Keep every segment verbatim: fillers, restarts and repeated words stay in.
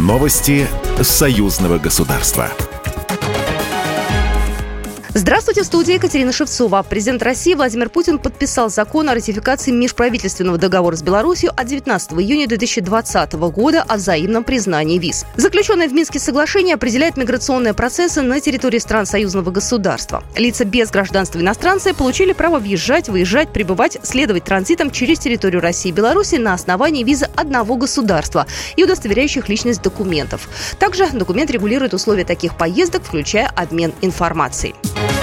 Новости союзного государства. Здравствуйте, в студии Екатерина Шевцова. Президент России Владимир Путин подписал закон о ратификации межправительственного договора с Беларусью от девятнадцатого июня две тысячи двадцатого года о взаимном признании виз. Заключенное в Минске соглашение определяет миграционные процессы на территории стран союзного государства. Лица без гражданства иностранцы получили право въезжать, выезжать, пребывать, следовать транзитом через территорию России и Беларуси на основании визы одного государства и удостоверяющих личность документов. Также документ регулирует условия таких поездок, включая обмен информацией.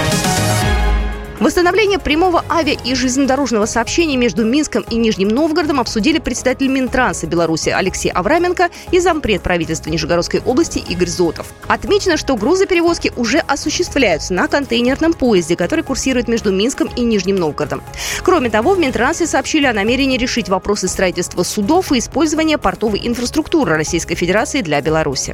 Восстановление прямого авиа- и железнодорожного сообщения между Минском и Нижним Новгородом обсудили председатель Минтранса Беларуси Алексей Авраменко и зампред правительства Нижегородской области Игорь Зотов. Отмечено, что грузоперевозки уже осуществляются на контейнерном поезде, который курсирует между Минском и Нижним Новгородом. Кроме того, в Минтрансе сообщили о намерении решить вопросы строительства судов и использования портовой инфраструктуры Российской Федерации для Беларуси.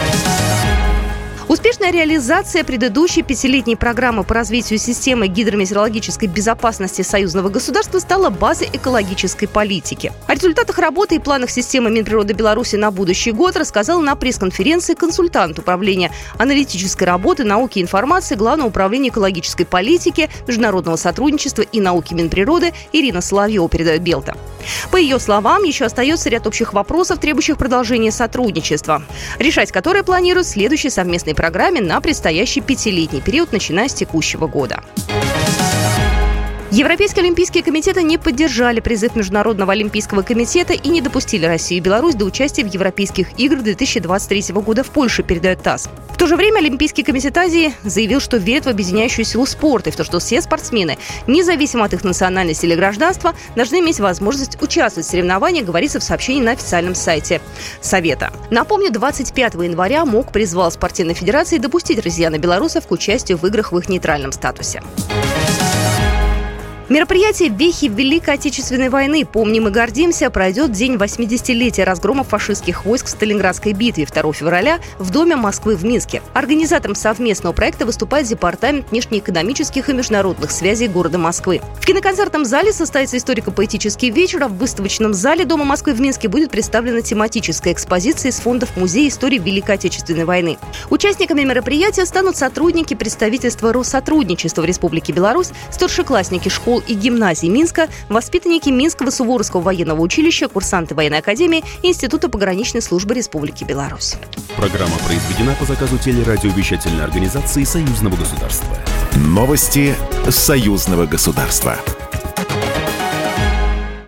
Успешная реализация предыдущей пятилетней программы по развитию системы гидрометеорологической безопасности союзного государства стала базой экологической политики. О результатах работы и планах системы Минприроды Беларуси на будущий год рассказал на пресс-конференции консультант управления аналитической работы, науки и информации Главного управления экологической политики, международного сотрудничества и науки Минприроды Ирина Соловьева, передает Белта. По ее словам, еще остается ряд общих вопросов, требующих продолжения сотрудничества, решать которые планируют в следующей совместной программе на предстоящий пятилетний период, начиная с текущего года. Европейские олимпийские комитеты не поддержали призыв Международного олимпийского комитета и не допустили Россию и Беларусь до участия в Европейских играх две тысячи двадцать третьего года в Польше, передает ТАСС. В то же время Олимпийский комитет Азии заявил, что верит в объединяющую силу спорта и в то, что все спортсмены, независимо от их национальности или гражданства, должны иметь возможность участвовать в соревнованиях, говорится в сообщении на официальном сайте Совета. Напомню, двадцать пятого января МОК призвал спортивные федерации допустить россиян и белорусов к участию в играх в их нейтральном статусе. Мероприятие «Вехи Великой Отечественной войны. Помним и гордимся» пройдет в день восьмидесятилетия разгрома фашистских войск в Сталинградской битве второго февраля в Доме Москвы в Минске. Организатором совместного проекта выступает Департамент внешнеэкономических и международных связей города Москвы. В киноконцертном зале состоится историко-поэтический вечер, а в выставочном зале Дома Москвы в Минске будет представлена тематическая экспозиция из фондов Музея истории Великой Отечественной войны. Участниками мероприятия станут сотрудники представительства Россотрудничества в Республике Беларусь, старшеклассники школ и гимназий Минска, воспитанники Минского Суворовского военного училища, курсанты военной академии и Института пограничной службы Республики Беларусь. Программа произведена по заказу телерадиовещательной организации Союзного государства. Новости союзного государства.